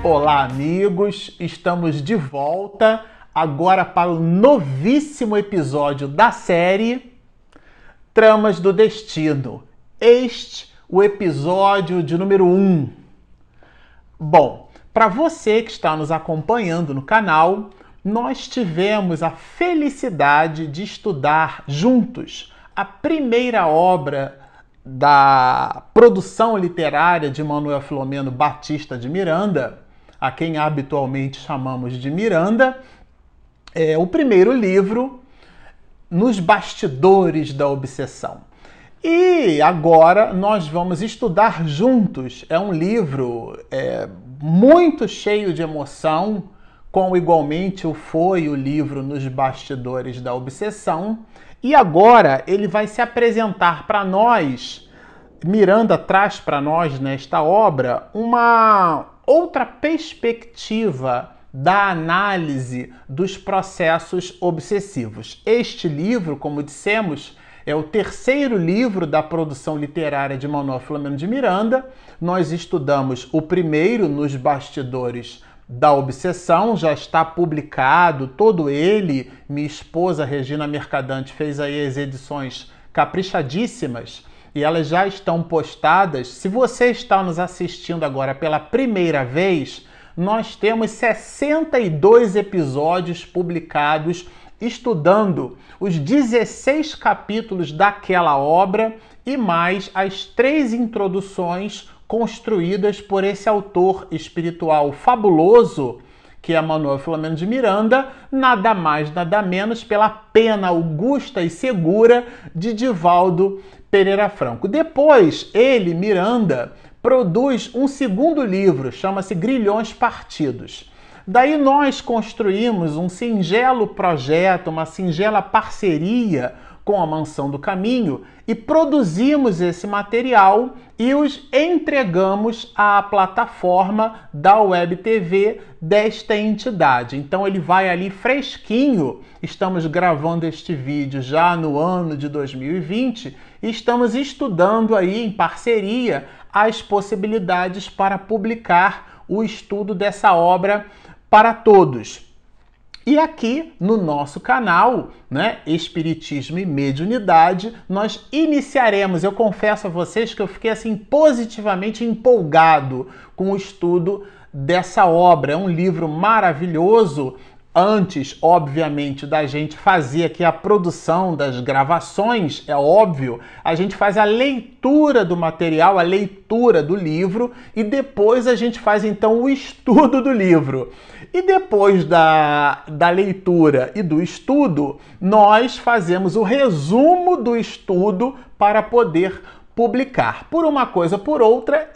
Olá, amigos! Estamos de volta agora para o novíssimo episódio da série Tramas do Destino. Este, o episódio de número 1. Bom, para você que está nos acompanhando no canal, nós tivemos a felicidade de estudar juntos a primeira obra da produção literária de Manuel Filomeno Batista de Miranda, a quem habitualmente chamamos de Miranda, o primeiro livro, Nos Bastidores da Obsessão. E agora nós vamos estudar juntos. É um livro muito cheio de emoção, como igualmente foi o livro Nos Bastidores da Obsessão. E agora ele vai se apresentar para nós. Miranda traz para nós nesta obra uma outra perspectiva da análise dos processos obsessivos. Este livro, como dissemos, é o terceiro livro da produção literária de Manuel Filomeno de Miranda. Nós estudamos o primeiro, Nos Bastidores da Obsessão, já está publicado todo ele. Minha esposa Regina Mercadante fez aí as edições caprichadíssimas e elas já estão postadas. Se você está nos assistindo agora pela primeira vez, nós temos 62 episódios publicados estudando os 16 capítulos daquela obra e mais as 3 introduções construídas por esse autor espiritual fabuloso, que é Manuel Filomeno de Miranda, nada mais, nada menos pela pena augusta e segura de Divaldo Pereira Franco. Depois, ele, Miranda, produz um segundo livro, chama-se Grilhões Partidos. Daí nós construímos um singelo projeto, uma singela parceria com a Mansão do Caminho e produzimos esse material e os entregamos à plataforma da Web TV desta entidade. Então ele vai ali fresquinho. Estamos gravando este vídeo já no ano de 2020 e estamos estudando aí em parceria as possibilidades para publicar o estudo dessa obra para todos. E aqui no nosso canal, Espiritismo e Mediunidade, nós iniciaremos. Eu confesso a vocês que eu fiquei assim positivamente empolgado com o estudo dessa obra. É um livro maravilhoso. Antes, obviamente, da gente fazer aqui a produção das gravações, é óbvio, a gente faz a leitura do material, a leitura do livro e depois a gente faz então o estudo do livro. E depois da leitura e do estudo, nós fazemos o resumo do estudo para poder publicar. Por uma coisa ou por outra,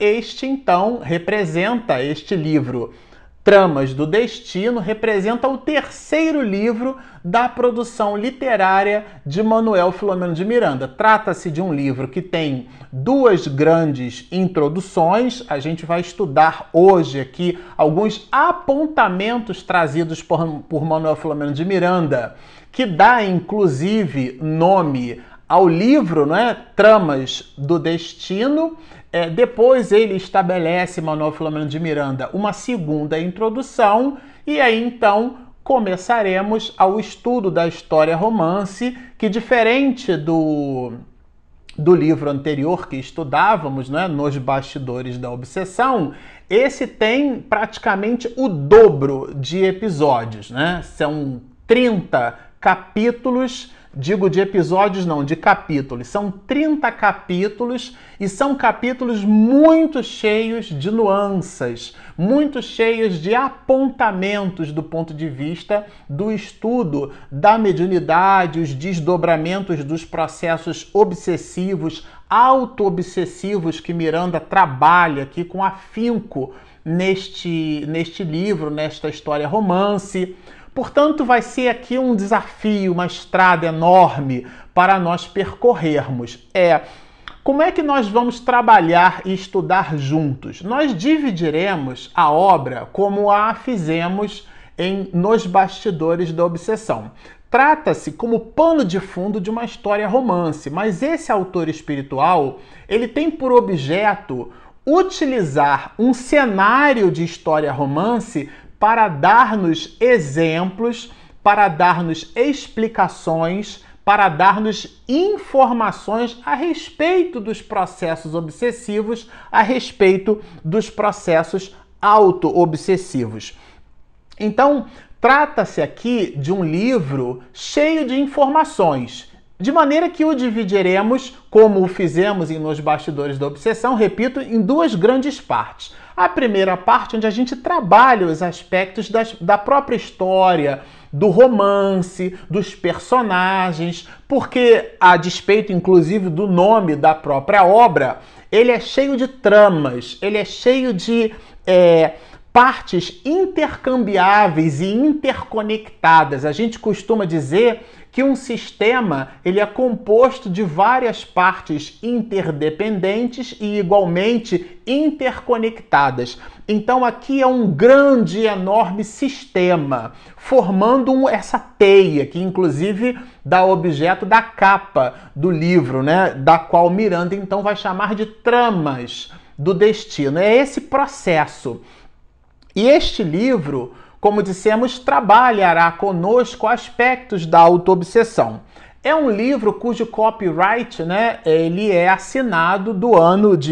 este livro Tramas do Destino, representa o terceiro livro da produção literária de Manuel Filomeno de Miranda. Trata-se de um livro que tem 2 grandes introduções. A gente vai estudar hoje aqui alguns apontamentos trazidos por Manuel Filomeno de Miranda, que dá inclusive nome ao livro, Tramas do Destino. Depois ele estabelece, Manuel Filomeno de Miranda, uma segunda introdução e aí então começaremos ao estudo da história romance, que diferente do livro anterior que estudávamos, Nos Bastidores da Obsessão, esse tem praticamente o dobro de episódios, São 30 capítulos. Digo de episódios, não, de capítulos. São 30 capítulos e são capítulos muito cheios de nuances, muito cheios de apontamentos do ponto de vista do estudo da mediunidade, os desdobramentos dos processos obsessivos, auto-obsessivos que Miranda trabalha aqui com afinco neste livro, nesta história romance. Portanto, vai ser aqui um desafio, uma estrada enorme para nós percorrermos. Como é que nós vamos trabalhar e estudar juntos? Nós dividiremos a obra como a fizemos Nos Bastidores da Obsessão. Trata-se como pano de fundo de uma história romance, mas esse autor espiritual, ele tem por objeto utilizar um cenário de história-romance para dar-nos exemplos, para dar-nos explicações, para dar-nos informações a respeito dos processos obsessivos, a respeito dos processos auto-obsessivos. Então, trata-se aqui de um livro cheio de informações, de maneira que o dividiremos, como o fizemos nos Bastidores da Obsessão, repito, em duas grandes partes. A primeira parte, onde a gente trabalha os aspectos da própria história, do romance, dos personagens, porque, a despeito inclusive do nome da própria obra, ele é cheio de tramas, ele é cheio de partes intercambiáveis e interconectadas. A gente costuma dizer que um sistema ele é composto de várias partes interdependentes e igualmente interconectadas. Então aqui é um grande, enorme sistema, formando essa teia, que inclusive dá objeto da capa do livro, né? Da qual Miranda então vai chamar de tramas do destino. É esse processo. E este livro, como dissemos, trabalhará conosco aspectos da autoobsessão. É um livro cujo copyright, né, ele é assinado do ano de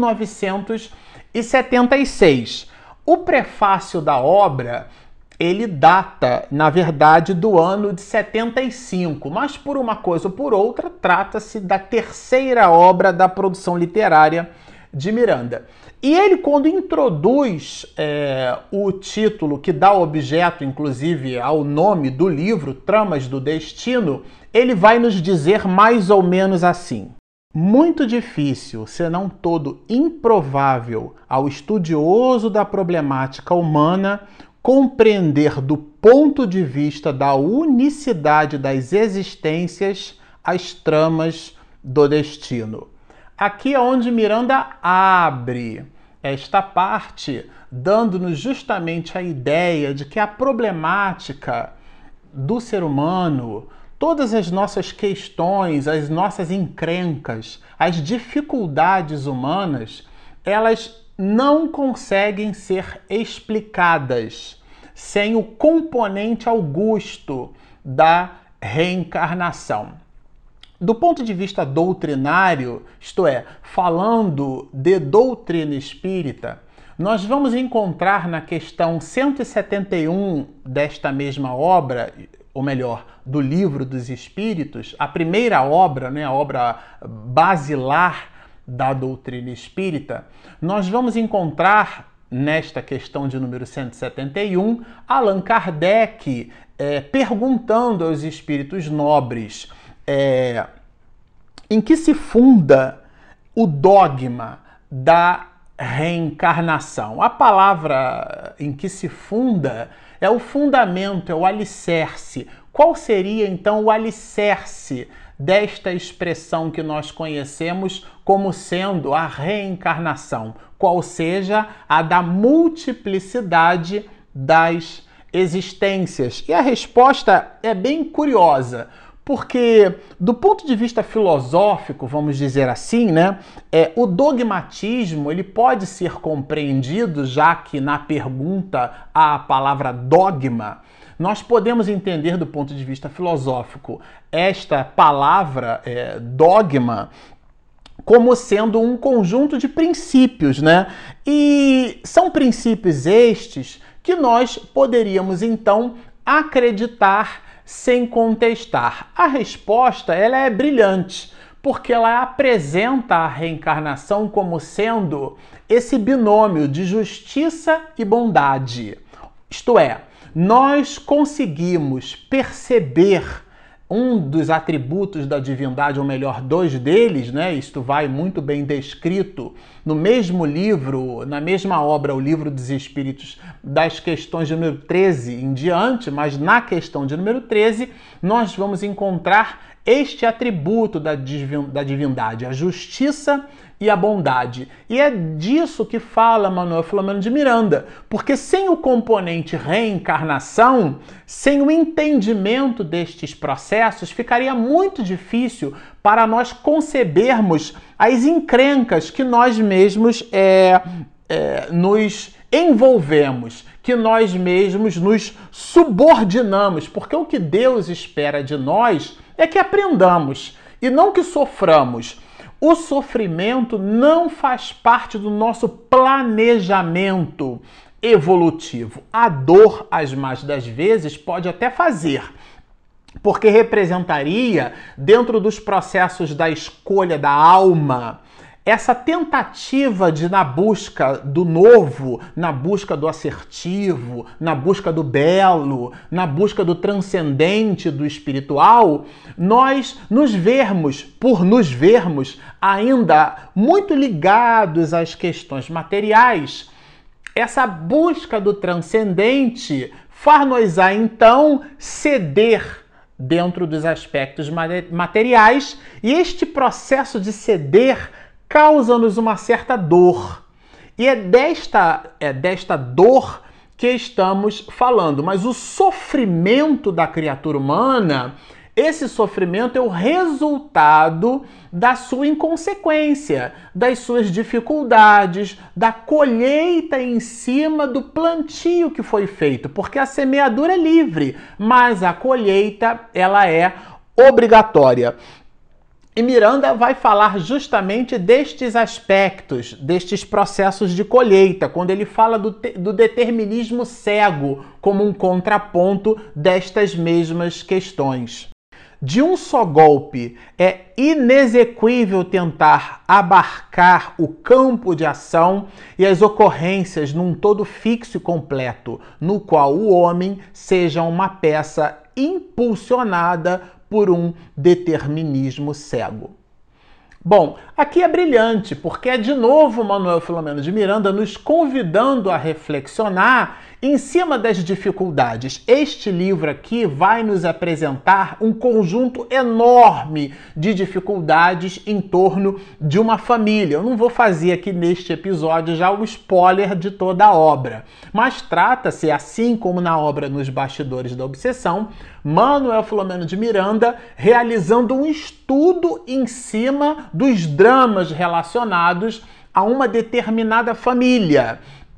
1976. O prefácio da obra, ele data, na verdade, do ano de 75, mas por uma coisa ou por outra, trata-se da terceira obra da produção literária de Miranda. E ele, quando introduz o título que dá objeto, inclusive, ao nome do livro, Tramas do Destino, ele vai nos dizer mais ou menos assim: muito difícil, senão todo improvável, ao estudioso da problemática humana compreender do ponto de vista da unicidade das existências as tramas do destino. Aqui é onde Miranda abre esta parte, dando-nos justamente a ideia de que a problemática do ser humano, todas as nossas questões, as nossas encrencas, as dificuldades humanas, elas não conseguem ser explicadas sem o componente augusto da reencarnação. Do ponto de vista doutrinário, isto é, falando de doutrina espírita, nós vamos encontrar na questão 171 desta mesma obra, ou melhor, do Livro dos Espíritos, a primeira obra, né, a obra basilar da doutrina espírita, nós vamos encontrar nesta questão de número 171, Allan Kardec perguntando aos espíritos nobres em que se funda o dogma da reencarnação. A palavra em que se funda é o fundamento, é o alicerce. Qual seria então o alicerce desta expressão que nós conhecemos como sendo a reencarnação? Qual seja a da multiplicidade das existências? E a resposta é bem curiosa, porque do ponto de vista filosófico, vamos dizer assim, né, o dogmatismo ele pode ser compreendido, já que na pergunta há a palavra dogma. Nós podemos entender do ponto de vista filosófico esta palavra dogma como sendo um conjunto de princípios, né? E são princípios estes que nós poderíamos então acreditar sem contestar. A resposta ela é brilhante, porque ela apresenta a reencarnação como sendo esse binômio de justiça e bondade. Isto é, nós conseguimos perceber um dos atributos da divindade, ou melhor, dois deles, né? Isto vai muito bem descrito no mesmo livro, na mesma obra, o Livro dos Espíritos, das questões de número 13 em diante, mas na questão de número 13, nós vamos encontrar este atributo da divindade, a justiça e a bondade. E é disso que fala Manuel Filomeno de Miranda, porque sem o componente reencarnação, sem o entendimento destes processos, ficaria muito difícil para nós concebermos as encrencas que nós mesmos nos envolvemos, que nós mesmos nos subordinamos, porque o que Deus espera de nós é que aprendamos e não que soframos. O sofrimento não faz parte do nosso planejamento evolutivo. A dor, as mais das vezes, pode até fazer, porque representaria, dentro dos processos da escolha da alma, essa tentativa de, na busca do novo, na busca do assertivo, na busca do belo, na busca do transcendente, do espiritual, nós por nos vermos ainda muito ligados às questões materiais, essa busca do transcendente far-nos-á então ceder dentro dos aspectos materiais, e este processo de ceder causa-nos uma certa dor. E é desta dor que estamos falando. Mas o sofrimento da criatura humana, esse sofrimento é o resultado da sua inconsequência, das suas dificuldades, da colheita em cima do plantio que foi feito. Porque a semeadura é livre, mas a colheita, ela é obrigatória. E Miranda vai falar justamente destes aspectos, destes processos de colheita, quando ele fala do determinismo cego como um contraponto destas mesmas questões. De um só golpe, é inexequível tentar abarcar o campo de ação e as ocorrências num todo fixo e completo, no qual o homem seja uma peça impulsionada por um determinismo cego. Bom, aqui é brilhante, porque é de novo Manuel Filomeno de Miranda nos convidando a reflexionar em cima das dificuldades. Este livro aqui vai nos apresentar um conjunto enorme de dificuldades em torno de uma família. Eu não vou fazer aqui neste episódio já o spoiler de toda a obra, mas trata-se, assim como na obra Nos Bastidores da Obsessão, Manuel Filomeno de Miranda realizando um estudo em cima dos dramas relacionados a uma determinada família.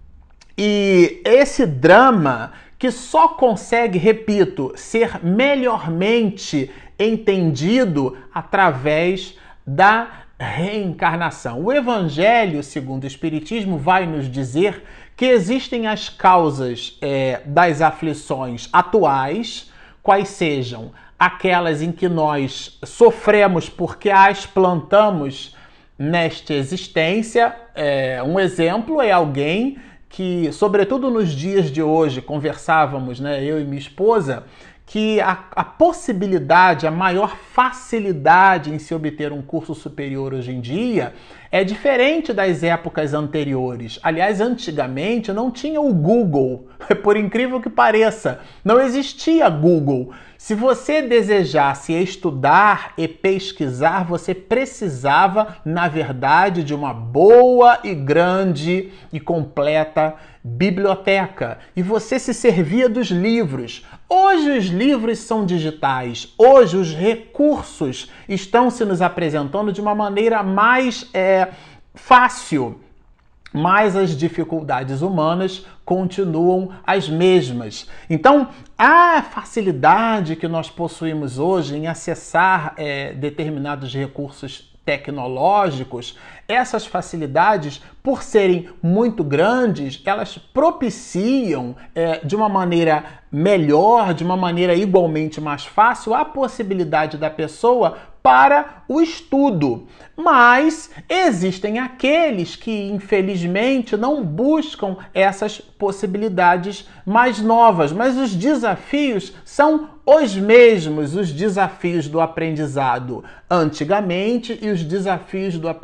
E esse drama que só consegue, repito, ser melhormente entendido através da reencarnação. O Evangelho, segundo o Espiritismo, vai nos dizer que existem as causas das aflições atuais, quais sejam aquelas em que nós sofremos porque as plantamos nesta existência. Um exemplo é alguém que, sobretudo nos dias de hoje, conversávamos, eu e minha esposa, que a possibilidade, a maior facilidade em se obter um curso superior hoje em dia é diferente das épocas anteriores. Aliás, antigamente não tinha o Google, por incrível que pareça, não existia Google. Se você desejasse estudar e pesquisar, você precisava, na verdade, de uma boa e grande e completa biblioteca. E você se servia dos livros. Hoje os livros são digitais. Hoje os recursos estão se nos apresentando de uma maneira mais fácil. Mas as dificuldades humanas continuam as mesmas. Então, a facilidade que nós possuímos hoje em acessar determinados recursos tecnológicos, essas facilidades, por serem muito grandes, elas propiciam de uma maneira melhor, de uma maneira igualmente mais fácil, a possibilidade da pessoa para o estudo. Mas existem aqueles que, infelizmente, não buscam essas possibilidades mais novas. Mas os desafios são os mesmos, os desafios do aprendizado antigamente e os desafios do aprendizado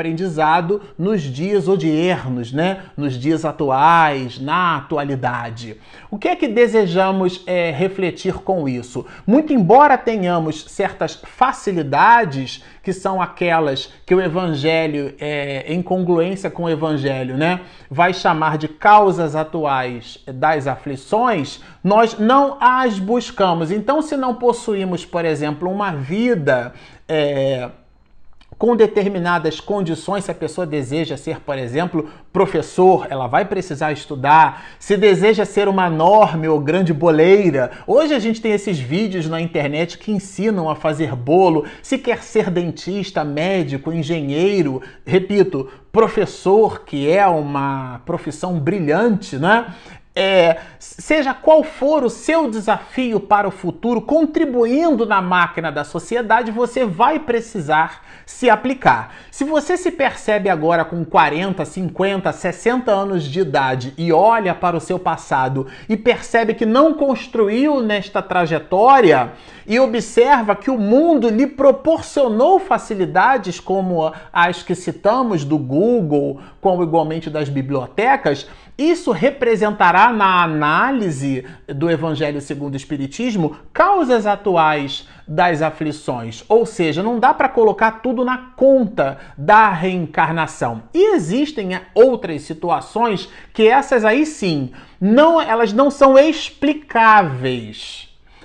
aplicado nos dias odiernos, né? Nos dias atuais, na atualidade. O que é que desejamos refletir com isso? Muito embora tenhamos certas facilidades, que são aquelas que o Evangelho, em congruência com o Evangelho, né, vai chamar de causas atuais das aflições, nós não as buscamos. Então, se não possuímos, por exemplo, uma vida com determinadas condições, se a pessoa deseja ser, por exemplo, professor, ela vai precisar estudar. Se deseja ser uma enorme ou grande boleira, hoje a gente tem esses vídeos na internet que ensinam a fazer bolo. Se quer ser dentista, médico, engenheiro, repito, professor, que é uma profissão brilhante, né? Seja qual for o seu desafio para o futuro, contribuindo na máquina da sociedade, você vai precisar se aplicar. Se você se percebe agora com 40, 50, 60 anos de idade e olha para o seu passado e percebe que não construiu nesta trajetória e observa que o mundo lhe proporcionou facilidades como as que citamos do Google, como igualmente das bibliotecas, isso representará na análise do Evangelho segundo o Espiritismo causas atuais das aflições. Ou seja, não dá para colocar tudo na conta da reencarnação. E existem outras situações que essas aí sim, elas não são explicáveis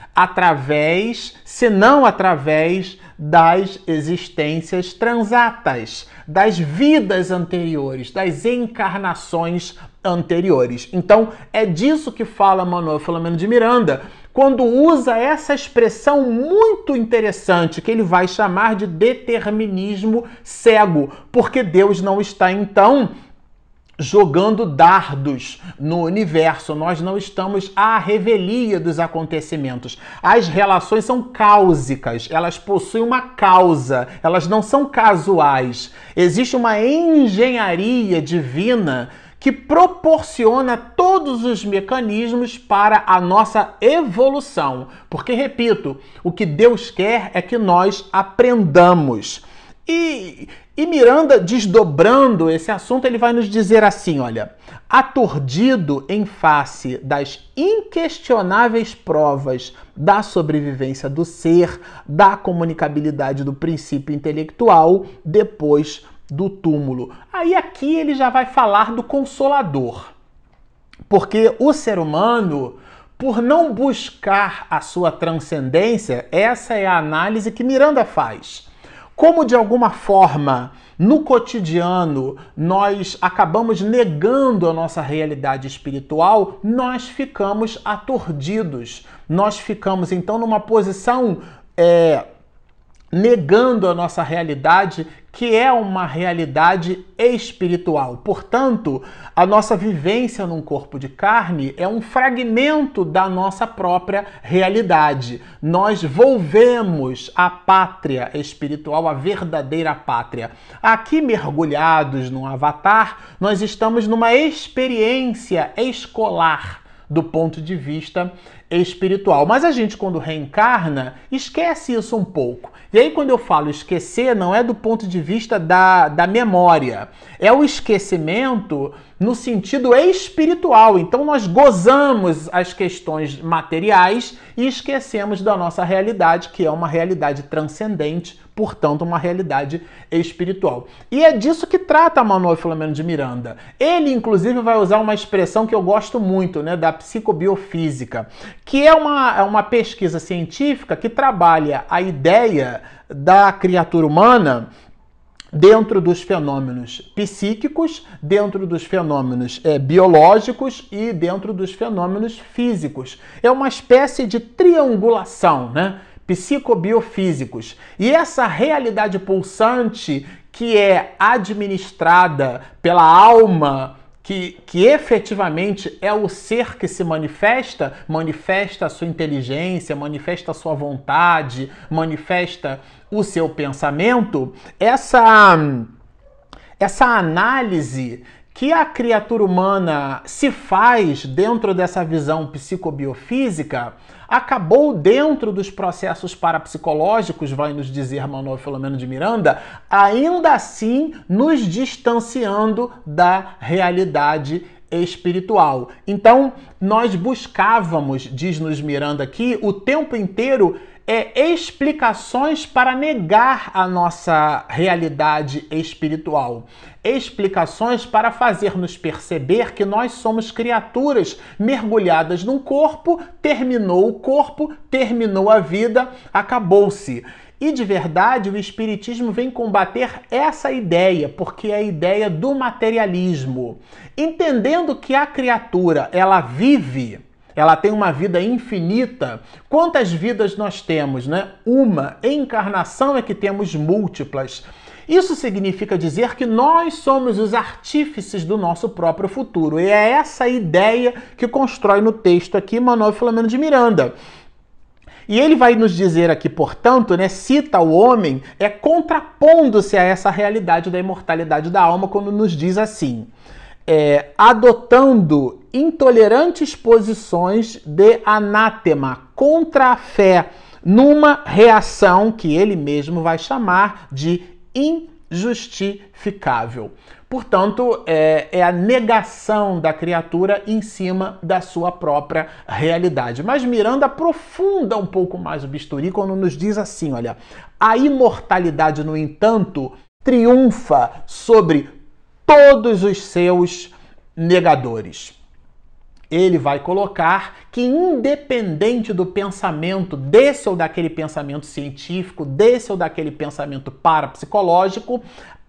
senão através das existências transatas, das vidas anteriores, das encarnações anteriores. Então, é disso que fala Manuel Filomeno de Miranda, quando usa essa expressão muito interessante, que ele vai chamar de determinismo cego, porque Deus não está, então, jogando dardos no universo. Nós não estamos à revelia dos acontecimentos. As relações são cáusicas, elas possuem uma causa, elas não são casuais. Existe uma engenharia divina que proporciona todos os mecanismos para a nossa evolução. Porque, repito, o que Deus quer é que nós aprendamos. E Miranda, desdobrando esse assunto, ele vai nos dizer assim, olha: aturdido em face das inquestionáveis provas da sobrevivência do ser, da comunicabilidade do princípio intelectual depois do túmulo. Aí aqui ele já vai falar do Consolador. Porque o ser humano, por não buscar a sua transcendência, essa é a análise que Miranda faz. Como de alguma forma, no cotidiano, nós acabamos negando a nossa realidade espiritual, nós ficamos aturdidos. Nós ficamos, então, numa posição negando a nossa realidade, que é uma realidade espiritual. Portanto, a nossa vivência num corpo de carne é um fragmento da nossa própria realidade. Nós volvemos à pátria espiritual, à verdadeira pátria. Aqui, mergulhados num avatar, nós estamos numa experiência escolar do ponto de vista espiritual. Mas a gente, quando reencarna, esquece isso um pouco. E aí, quando eu falo esquecer, não é do ponto de vista da memória. É o esquecimento no sentido espiritual. Então, nós gozamos as questões materiais e esquecemos da nossa realidade, que é uma realidade transcendente, portanto, uma realidade espiritual. E é disso que trata Manuel Filomeno de Miranda. Ele, inclusive, vai usar uma expressão que eu gosto muito, né, da psicobiofísica, que é uma pesquisa científica que trabalha a ideia da criatura humana dentro dos fenômenos psíquicos, dentro dos fenômenos biológicos e dentro dos fenômenos físicos. É uma espécie de triangulação, né? Psicobiofísicos. E essa realidade pulsante que é administrada pela alma, que efetivamente é o ser que se manifesta a sua inteligência, manifesta a sua vontade, manifesta o seu pensamento, essa análise que a criatura humana se faz dentro dessa visão psicobiofísica acabou dentro dos processos parapsicológicos, vai nos dizer Manuel Filomeno de Miranda, ainda assim nos distanciando da realidade espiritual. Então, nós buscávamos, diz-nos Miranda aqui, o tempo inteiro explicações para negar a nossa realidade espiritual. Explicações para fazer-nos perceber que nós somos criaturas mergulhadas num corpo, terminou o corpo, terminou a vida, acabou-se. E de verdade, o Espiritismo vem combater essa ideia, porque é a ideia do materialismo. Entendendo que a criatura, ela vive, ela tem uma vida infinita. Quantas vidas nós temos, né? Uma. Encarnação é que temos múltiplas. Isso significa dizer que nós somos os artífices do nosso próprio futuro. E é essa ideia que constrói no texto aqui Manuel Filomeno de Miranda. E ele vai nos dizer aqui, portanto, né, cita o homem, contrapondo-se a essa realidade da imortalidade da alma, quando nos diz assim, adotando intolerantes posições de anátema contra a fé, numa reação que ele mesmo vai chamar de injustificável. Portanto, é a negação da criatura em cima da sua própria realidade. Mas Miranda aprofunda um pouco mais o bisturi quando nos diz assim, olha, a imortalidade, no entanto, triunfa sobre todos os seus negadores. Ele vai colocar que, independente do pensamento, desse ou daquele pensamento científico, desse ou daquele pensamento parapsicológico,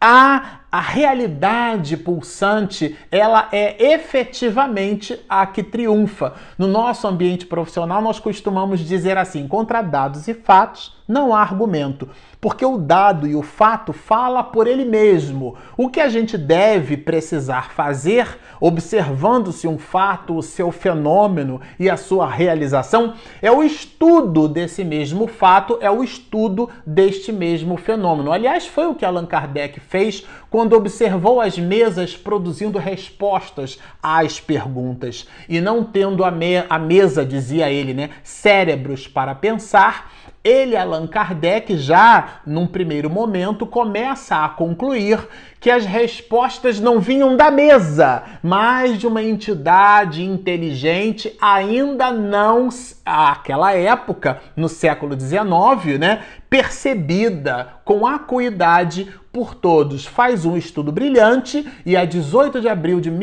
a realidade pulsante, ela é efetivamente a que triunfa. No nosso ambiente profissional, nós costumamos dizer assim, contra dados e fatos não há argumento, porque o dado e o fato fala por ele mesmo. O que a gente deve precisar fazer, observando-se um fato, o seu fenômeno e a sua realização, é o estudo desse mesmo fato, é o estudo deste mesmo fenômeno. Aliás, foi o que Allan Kardec fez quando observou as mesas produzindo respostas às perguntas e não tendo a mesa, dizia ele, né, cérebros para pensar. Ele, Allan Kardec, já num primeiro momento, começa a concluir que as respostas não vinham da mesa, mas de uma entidade inteligente ainda não, àquela época, no século XIX, né, percebida com acuidade por todos. Faz um estudo brilhante e a 18 de abril de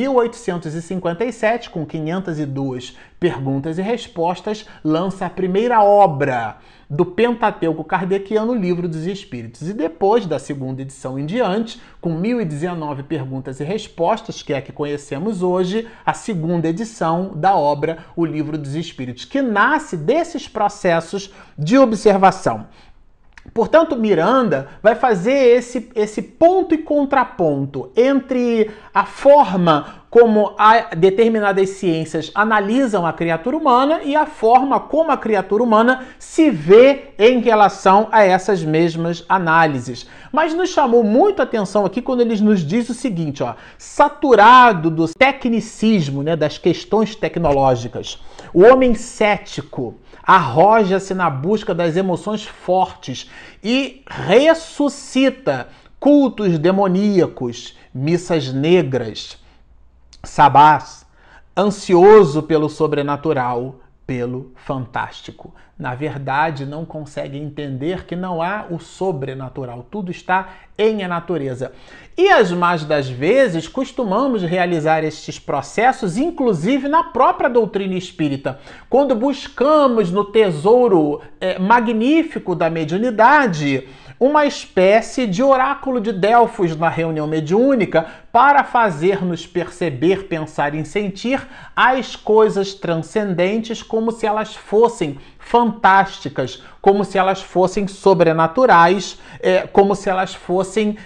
1857, com 502 perguntas e respostas, lança a primeira obra do Pentateuco Kardeciano, o Livro dos Espíritos. E depois da segunda edição em diante, com 1019 perguntas e respostas, que é a que conhecemos hoje, a segunda edição da obra, o Livro dos Espíritos, que nasce desses processos de observação. Portanto, Miranda vai fazer esse ponto e contraponto entre a forma como determinadas ciências analisam a criatura humana e a forma como a criatura humana se vê em relação a essas mesmas análises. Mas nos chamou muito a atenção aqui quando ele nos diz o seguinte, ó, saturado do tecnicismo, né, das questões tecnológicas, o homem cético arroja-se na busca das emoções fortes e ressuscita cultos demoníacos, missas negras, sabás, ansioso pelo sobrenatural, pelo fantástico. Na verdade, não consegue entender que não há o sobrenatural, tudo está em a natureza. E as mais das vezes costumamos realizar estes processos, inclusive na própria doutrina espírita, quando buscamos no tesouro magnífico da mediunidade uma espécie de oráculo de Delfos na reunião mediúnica para fazer-nos perceber, pensar e sentir as coisas transcendentes como se elas fossem fantásticas, como se elas fossem sobrenaturais, como se elas fossem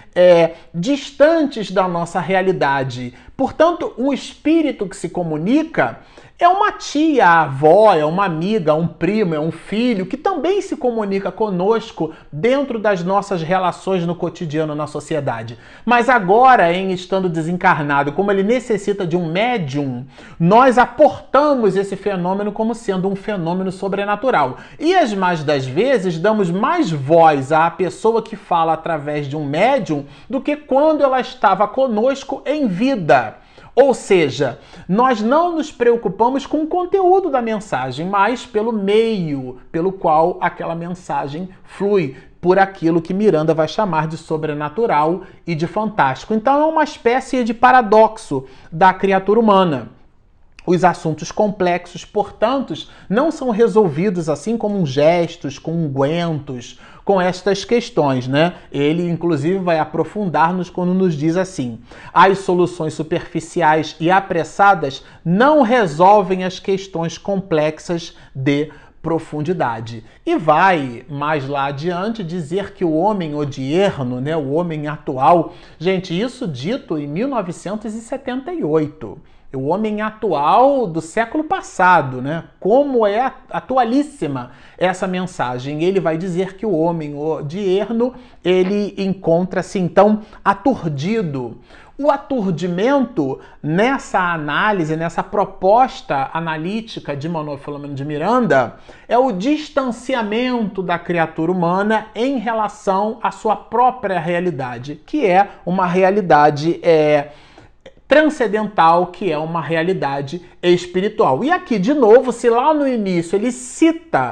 distantes da nossa realidade. Portanto, o espírito que se comunica É uma tia, a avó, é uma amiga, um primo, é um filho que também se comunica conosco dentro das nossas relações no cotidiano na sociedade. Mas agora, em estando desencarnado, como ele necessita de um médium, nós aportamos esse fenômeno como sendo um fenômeno sobrenatural. E as mais das vezes damos mais voz à pessoa que fala através de um médium do que quando ela estava conosco em vida. Ou seja, nós não nos preocupamos com o conteúdo da mensagem, mas pelo meio pelo qual aquela mensagem flui, por aquilo que Miranda vai chamar de sobrenatural e de fantástico. Então é uma espécie de paradoxo da criatura humana. Os assuntos complexos, portanto, não são resolvidos assim como gestos, com ungüentos, com estas questões, né? Ele, inclusive, vai aprofundar-nos quando nos diz assim: as soluções superficiais e apressadas não resolvem as questões complexas de profundidade. E vai, mais lá adiante, dizer que o homem odierno, né, o homem atual, gente, isso dito em 1978, o homem atual do século passado, né? Como é atualíssima essa mensagem. Ele vai dizer que o homem odierno, ele encontra-se então aturdido. O aturdimento, nessa análise, nessa proposta analítica de Manuel Filomeno de Miranda, é o distanciamento da criatura humana em relação à sua própria realidade, que é uma realidade transcendental, que é uma realidade espiritual. E aqui, de novo, se lá no início ele cita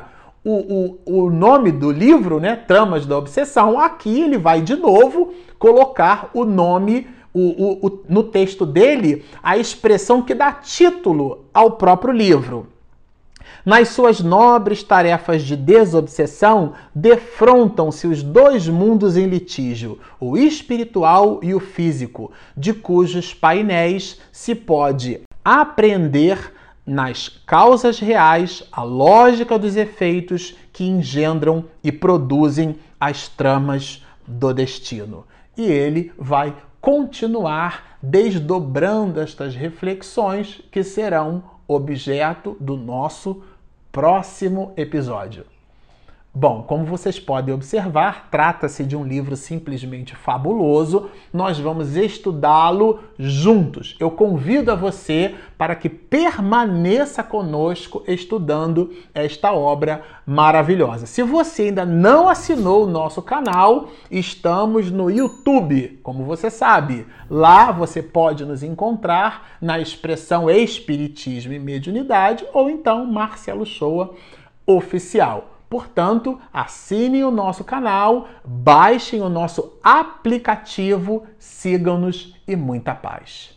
o nome do livro, né, Tramas da Obsessão, aqui ele vai de novo colocar o nome, no texto dele, a expressão que dá título ao próprio livro. Nas suas nobres tarefas de desobsessão, defrontam-se os dois mundos em litígio, o espiritual e o físico, de cujos painéis se pode aprender nas causas reais a lógica dos efeitos que engendram e produzem as tramas do destino. E ele vai continuar desdobrando estas reflexões que serão objeto do nosso próximo episódio. Bom, como vocês podem observar, trata-se de um livro simplesmente fabuloso. Nós vamos estudá-lo juntos. Eu convido a você para que permaneça conosco estudando esta obra maravilhosa. Se você ainda não assinou o nosso canal, estamos no YouTube, como você sabe. Lá você pode nos encontrar na expressão Espiritismo e Mediunidade ou então Marcelo Shoa Oficial. Portanto, assinem o nosso canal, baixem o nosso aplicativo, sigam-nos e muita paz.